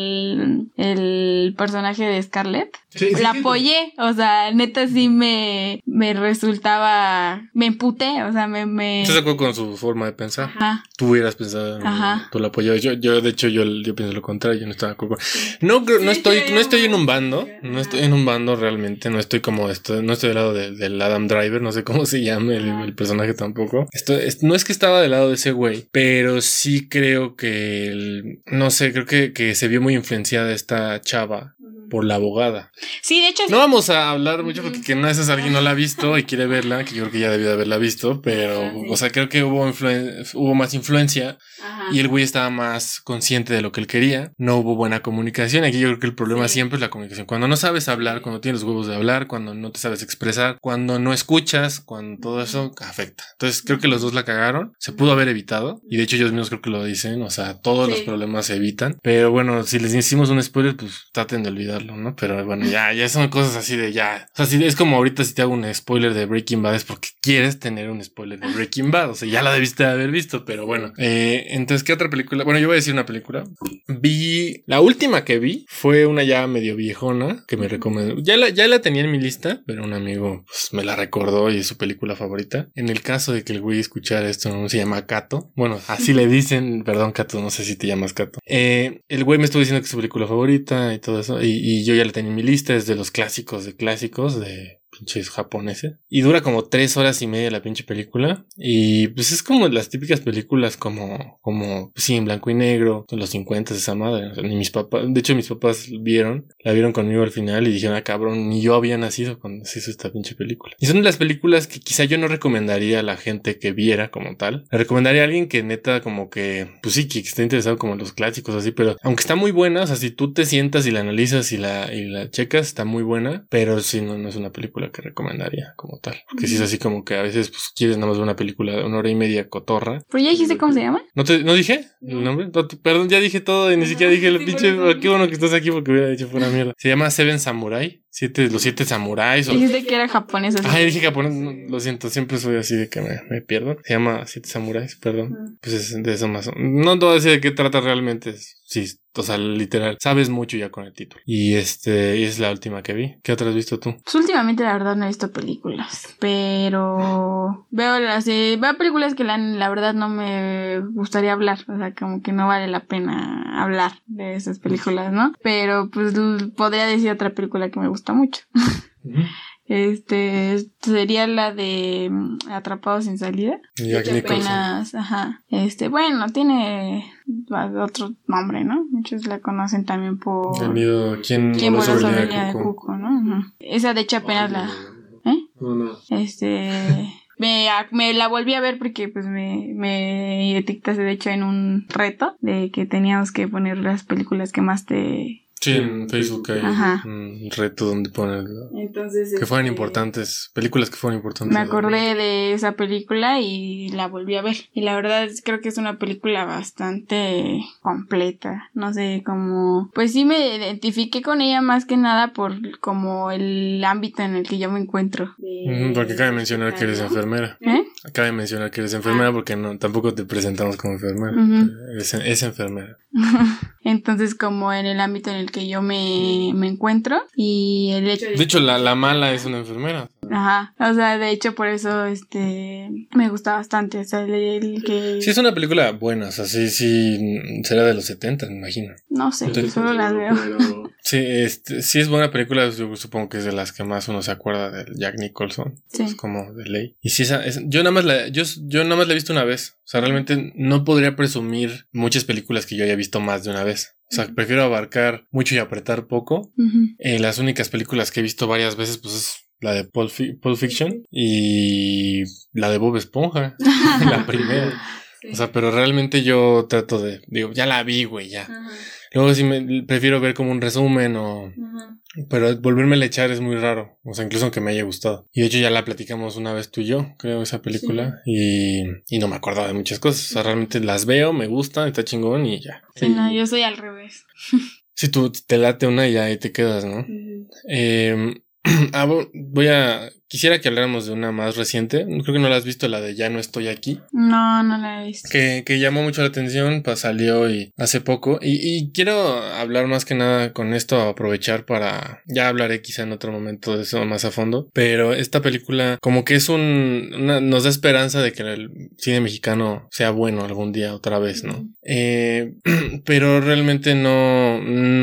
el personaje de Scarlett. Sí, la apoyé, o sea, neta sí me resultaba... Me emputé, o sea, ¿Estás de acuerdo con su forma de pensar? Ajá. Tú hubieras pensado... Tú la apoyabas. Yo de hecho, yo pienso lo contrario, yo no estaba de acuerdo. No estoy en un bando, no estoy en un bando realmente, no estoy como... no estoy del lado del Adam Driver, no sé cómo se llame el personaje tampoco. No es que estaba del lado de ese güey, pero sí creo que no sé, creo que se vio muy influenciada esta chava por la abogada. Sí, de hecho... No vamos a hablar mucho porque que no es alguien no la ha visto y quiere verla, que yo creo que ya debió de haberla visto, pero, o sea, creo que hubo más influencia y el güey estaba más consciente de lo que él quería. No hubo buena comunicación. Aquí yo creo que el problema siempre es la comunicación. Cuando no sabes hablar, cuando tienes los huevos de hablar, cuando no te sabes expresar, cuando no escuchas, cuando todo eso afecta. Entonces, creo que los dos la cagaron. Se pudo haber evitado y de hecho ellos mismos creo que lo dicen, o sea, todos los problemas se evitan. Pero bueno, si les hicimos un spoiler, pues traten de olvidarlo, ¿no? Pero bueno, ya son cosas así de ya. O sea, si es como ahorita si te hago un spoiler de Breaking Bad es porque quieres tener un spoiler de Breaking Bad. O sea, ya la debiste de haber visto, pero bueno. Entonces, ¿qué otra película? Bueno, yo voy a decir una película. La última que vi fue una ya medio viejona que me recomendó. Ya la tenía en mi lista, pero un amigo pues me la recordó y es su película favorita. En el caso de que el güey escuchara esto, ¿no? Se llama Kato. Bueno, así le dicen. Perdón, Kato, no sé si te llamas Kato. El güey me estuvo diciendo que es su película favorita y todo eso. Y yo ya la tenía en mi lista. Es de los clásicos de pinches japoneses. Y dura como 3 horas y media la pinche película. Y pues es como las típicas películas como sí, en blanco y negro, de los 50 esa madre. O sea, ni mis papás, de hecho mis papás la vieron conmigo al final y dijeron, cabrón, ni yo había nacido cuando se hizo esta pinche película. Y son de las películas que quizá yo no recomendaría a la gente que viera como tal. Le recomendaría a alguien que neta como que, pues sí, que esté interesado como en los clásicos así, pero aunque está muy buena, o sea, si tú te sientas y la analizas y la checas, está muy buena, pero sí, no es una película que recomendaría como tal. Porque si es así como que a veces pues quieres nada más ver una película de 1 hora y media cotorra. ¿Pero ya dijiste cómo se llama? ¿No dije el nombre? Perdón, ya dije todo y ni siquiera dije el pinche... Qué bueno que estás aquí porque hubiera dicho fuera mierda. Se llama Seven Samurai. Los 7 samuráis. Dijiste que era japonés. Dije japonés, no, lo siento, siempre soy así de que me pierdo. Se llama 7 samuráis, perdón. Pues es de eso más. No te voy a decir de qué trata realmente. Sí, o sea, literal. Sabes mucho ya con el título. Y es la última que vi. ¿Qué otra has visto tú? Pues últimamente la verdad no he visto películas, pero veo películas que la verdad no me gustaría hablar, o sea, como que no vale la pena hablar de esas películas, ¿no? Pero pues podría decir otra película que me gusta mucho. Sería la de Atrapados sin salida. Jack Nicholson. Apenas, bueno, tiene otro nombre, ¿no? Muchos la conocen también por ¿Quién voló sobre la línea de Cuco? ¿no? Uh-huh. Esa de hecho apenas No. Me la volví a ver porque pues me etiquetaste de hecho en un reto de que teníamos que poner las películas que más te... Sí, en Facebook hay un reto donde ponen que fueran importantes, películas que fueran importantes. Me acordé de esa película y la volví a ver. Y la verdad creo que es una película bastante completa. No sé, como... Pues sí me identifiqué con ella más que nada por como el ámbito en el que yo me encuentro. Porque cabe mencionar que eres enfermera. Cabe mencionar que eres enfermera porque tampoco te presentamos como enfermera. Es enfermera. Entonces como en el ámbito en el que yo me encuentro y el hecho de hecho la mala es una enfermera. O sea, de hecho por eso me gusta bastante, o sea, el que... Sí, es una película buena, o sea, sí será de los 70, me imagino. No sé, solo las veo. Sí, sí es buena película, yo supongo que es de las que más uno se acuerda del Jack Nicholson. Sí. Es como de ley. Y sí, yo nada más la he visto una vez. O sea, realmente no podría presumir muchas películas que yo haya visto más de una vez. O sea, prefiero abarcar mucho y apretar poco. Las únicas películas que he visto varias veces, pues es la de Pulp Fiction y la de Bob Esponja, la primera. Sí. O sea, pero realmente yo trato digo, ya la vi, güey, ya. Luego sí prefiero ver como un resumen pero volverme a echar es muy raro. O sea, incluso aunque me haya gustado. Y de hecho ya la platicamos una vez tú y yo, creo, esa película. Sí. Y no me acordaba de muchas cosas. O sea, realmente las veo, me gustan, está chingón y ya. Sí, no, yo soy al revés. Si tú te late una y ya ahí te quedas, ¿no? Quisiera que habláramos de una más reciente. Creo que no la has visto, la de Ya no estoy aquí. No la he visto. Que llamó mucho la atención, salió hace poco. Y quiero hablar más que nada con esto, aprovechar para... Ya hablaré quizá en otro momento de eso más a fondo. Pero esta película como que es nos da esperanza de que el cine mexicano sea bueno algún día otra vez, ¿no? Pero realmente no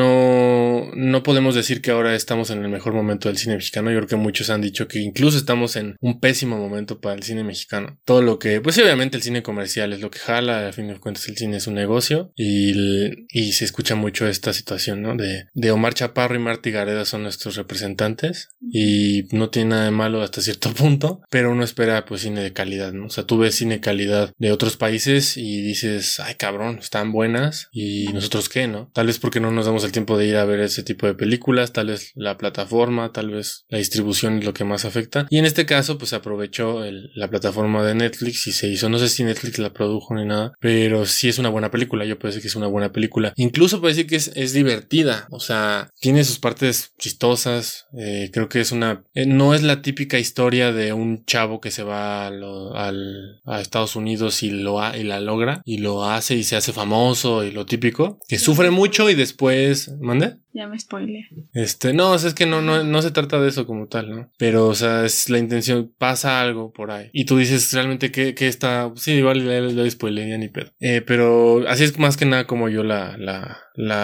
podemos decir que ahora estamos en el mejor momento del cine mexicano. Yo creo que muchos han dicho que incluso estamos en un pésimo momento para el cine mexicano. Todo lo que, pues obviamente el cine comercial es lo que jala, a fin de cuentas el cine es un negocio y se escucha mucho esta situación, ¿no? De Omar Chaparro y Martí Gareda son nuestros representantes y no tiene nada de malo hasta cierto punto, pero uno espera pues cine de calidad, ¿no? O sea, tú ves cine de calidad de otros países y dices, ay cabrón, están buenas y nosotros qué, ¿no? Tal vez porque no nos damos el tiempo de ir a ver ese tipo de películas, tal vez la plataforma, tal vez la distribución es lo que más afecta. Y en este caso pues aprovechó la plataforma de Netflix y se hizo, no sé si Netflix la produjo ni nada, pero sí es una buena película. Yo puedo decir que es una buena película, incluso puedo decir que es divertida, o sea, tiene sus partes chistosas. Creo que no es la típica historia de un chavo que se va a Estados Unidos y la logra y lo hace y se hace famoso y lo típico, que sufre mucho y después ¿mande? Ya me spoileé. No, o sea, es que no se trata de eso como tal, ¿no? Pero, o sea, es la intención, pasa algo por ahí. Y tú dices realmente que está, sí, igual le spoileé, ya ni pedo. Pero así es más que nada como yo la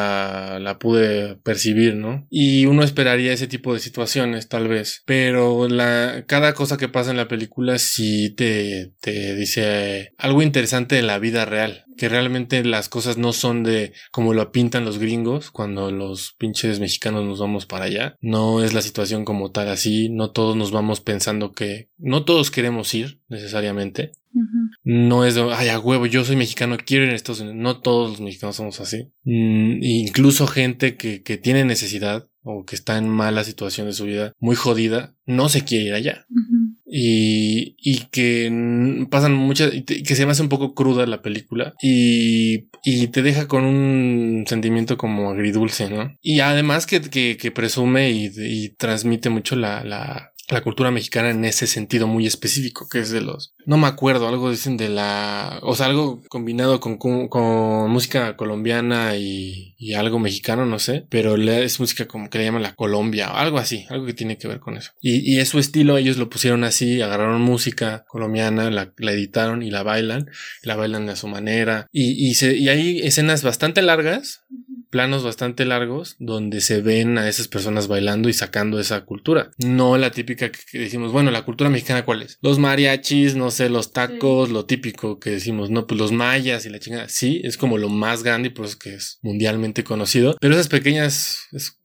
pude percibir, ¿no? Y uno esperaría ese tipo de situaciones, tal vez. Pero cada cosa que pasa en la película sí te dice algo interesante de la vida real. Que realmente las cosas no son de como lo pintan los gringos cuando los pinches mexicanos nos vamos para allá. No es la situación como tal así. No todos nos vamos pensando no todos queremos ir necesariamente. No es de, ay, a huevo, yo soy mexicano, quiero ir a Estados Unidos. No todos los mexicanos somos así. Incluso gente que tiene necesidad o que está en mala situación de su vida, muy jodida, no se quiere ir allá. y que pasan muchas, que se me hace un poco cruda la película y te deja con un sentimiento como agridulce, ¿no? Y además que presume y transmite mucho la cultura mexicana en ese sentido muy específico, que es de los... No me acuerdo, algo dicen de la... O sea, algo combinado con música colombiana y algo mexicano, no sé. Pero es música como que le llaman la Colombia o algo así, algo que tiene que ver con eso. Y es su estilo, ellos lo pusieron así, agarraron música colombiana, la editaron y la bailan a su manera. Y hay escenas bastante largas, planos bastante largos, donde se ven a esas personas bailando y sacando esa cultura. No la típica que decimos, bueno, la cultura mexicana, ¿cuál es? Los mariachis, no sé, los tacos, lo típico que decimos, no, pues los mayas y la chingada. Sí, es como lo más grande y por eso que es mundialmente conocido. Pero esas pequeñas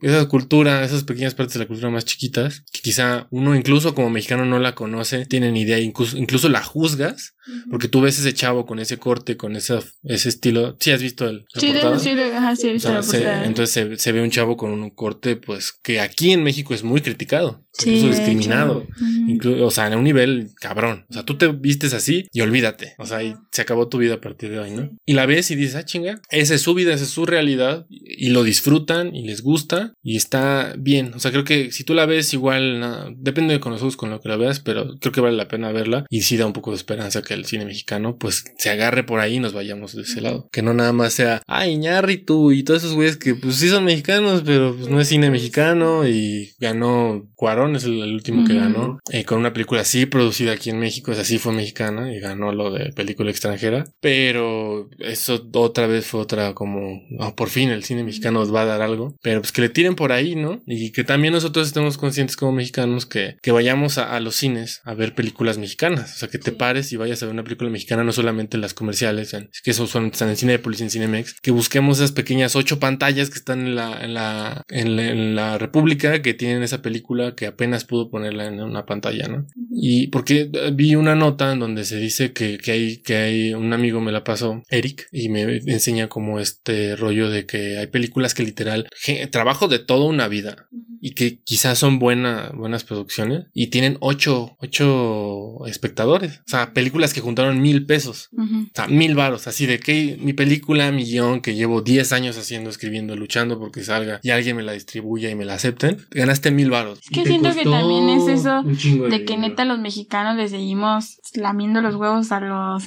partes de la cultura más chiquitas, que quizá uno incluso como mexicano no la conoce, tienen idea, incluso la juzgas, porque tú ves ese chavo con ese corte, con ese estilo. ¿Sí has visto el reportado? Sí, he visto. Entonces se ve un chavo con un corte, pues, que aquí en México es muy criticado, incluso discriminado, o sea, en un nivel cabrón. O sea, tú te vistes así y olvídate. O sea, y se acabó tu vida a partir de hoy, ¿no? Y la ves y dices, chinga, esa es su vida, esa es su realidad, y lo disfrutan y les gusta y está bien. O sea, creo que si tú la ves igual, depende de con los ojos con lo que la veas, pero creo que vale la pena verla y sí da un poco de esperanza que el cine mexicano, pues, se agarre por ahí y nos vayamos de ese lado. Que no nada más sea, Iñárritu y todos esos güeyes que pues sí son mexicanos, pero pues no es cine mexicano, y ganó Cuarón, es el último que ganó, con una película así producida aquí en México, es así, fue mexicana y ganó lo de película extranjera, pero eso otra vez fue otra como, por fin el cine mexicano nos va a dar algo, pero pues que le tiren por ahí, ¿no? Y que también nosotros estemos conscientes como mexicanos que vayamos a los cines a ver películas mexicanas, o sea, que te pares y vayas a ver una película mexicana, no solamente las comerciales, que esos están en Cinépolis, en Cinemex, que busquemos esas pequeñas 8 pantallas que están en la República, que tienen esa película que apenas pudo ponerla en una pantalla, ¿no? Y porque vi una nota en donde se dice que hay un amigo me la pasó, Eric, y me enseña como este rollo de que hay películas que literal trabajo de toda una vida y que quizás son buenas producciones y tienen 8 espectadores, o sea, películas que juntaron 1,000 pesos, o sea, 1,000 varos, así de que mi película, mi guión que llevo 10 años haciendo, escribiendo, luchando porque salga y alguien me la distribuya y me la acepten, ganaste 1,000 varos. Es que siento que también es eso de que neta los mexicanos le seguimos lamiendo los huevos a los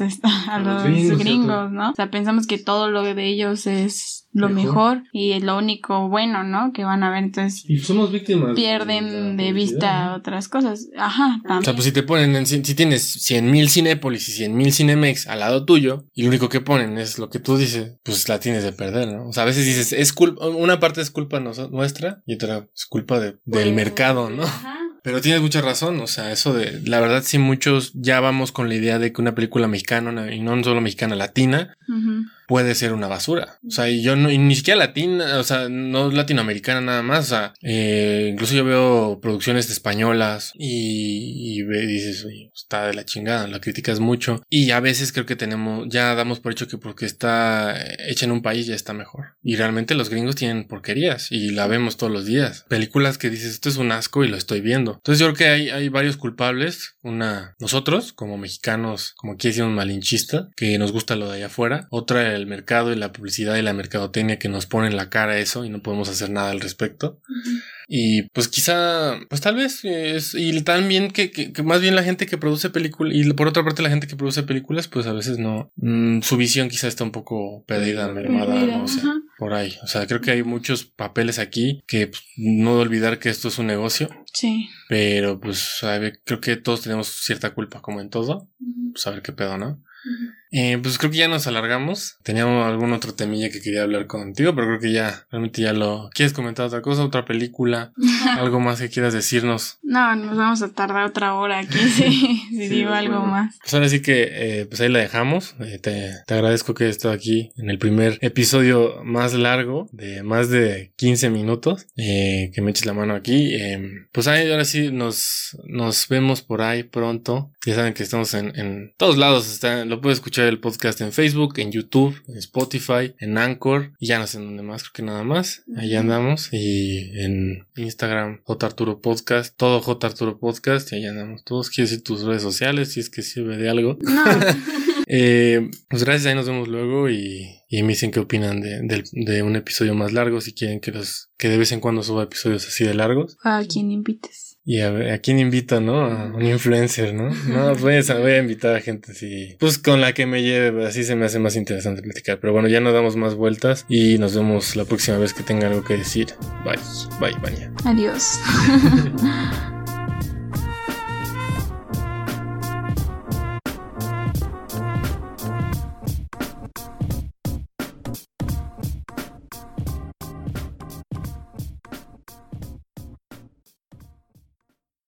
gringos, ¿no? O sea, pensamos que todo lo de ellos es lo mejor y es lo único bueno, ¿no? Que van a ver, entonces y somos víctimas, pierden de vista otras cosas. Ajá, también. O sea, pues si te ponen si tienes 100,000 Cinépolis y 100,000 Cinemex al lado tuyo y lo único que ponen es lo que tú dices, pues la tienes de perder, ¿no? O sea, a veces dices, es culpa, una parte es culpa nuestra y otra es culpa del mercado, ¿no? Ajá. Pero tienes mucha razón, o sea, eso de, la verdad sí muchos ya vamos con la idea de que una película mexicana, y no solo mexicana, latina, puede ser una basura. O sea, y ni siquiera latina, o sea, no latinoamericana nada más, o sea, incluso yo veo producciones españolas y dices, oye, está de la chingada, la criticas mucho, y a veces creo que ya damos por hecho que porque está hecha en un país ya está mejor. Y realmente los gringos tienen porquerías y la vemos todos los días. Películas que dices, esto es un asco y lo estoy viendo. Entonces yo creo que hay varios culpables. Nosotros, como mexicanos, como aquí decimos malinchistas, que nos gusta lo de allá afuera. Otra, el mercado y la publicidad y la mercadotecnia que nos pone en la cara eso y no podemos hacer nada al respecto. Y pues quizá, pues tal vez y también que más bien la gente que produce películas, y por otra parte la gente que produce películas, pues a veces no, su visión quizá está un poco perdida, mermada, no sé, por ahí. O sea, creo que hay muchos papeles aquí que pues, no olvidar que esto es un negocio. Sí. Pero pues creo que todos tenemos cierta culpa como en todo. Pues a ver qué pedo, ¿no? Pues creo que ya nos alargamos. Teníamos algún otro temilla que quería hablar contigo, pero creo que realmente ya lo... ¿Quieres comentar otra cosa? ¿Otra película? ¿Algo más que quieras decirnos? No, nos vamos a tardar otra hora aquí si digo algo más. Pues ahora sí que pues ahí la dejamos. Te agradezco que hayas estado aquí en el primer episodio más largo, de más de 15 minutos, que me eches la mano aquí. Pues ahí ahora sí nos vemos por ahí pronto. Ya saben que estamos en todos lados. Lo puedes escuchar escuchar el podcast en Facebook, en YouTube, en Spotify, en Anchor, y ya no sé en dónde más, creo que nada más. Ahí andamos. Y en Instagram, J. Arturo Podcast, todo J. Arturo Podcast, y ahí andamos todos. ¿Quieres decir tus redes sociales si es que sirve de algo? No. Pues gracias, ahí nos vemos luego y me dicen qué opinan de un episodio más largo, si quieren que de vez en cuando suba episodios así de largos. A quien invites. Y a quién invito, ¿no? A un influencer, ¿no? No, pues voy a invitar a gente así, pues con la que me lleve, así se me hace más interesante platicar. Pero bueno, ya no damos más vueltas y nos vemos la próxima vez que tenga algo que decir. Bye, Vania. Adiós.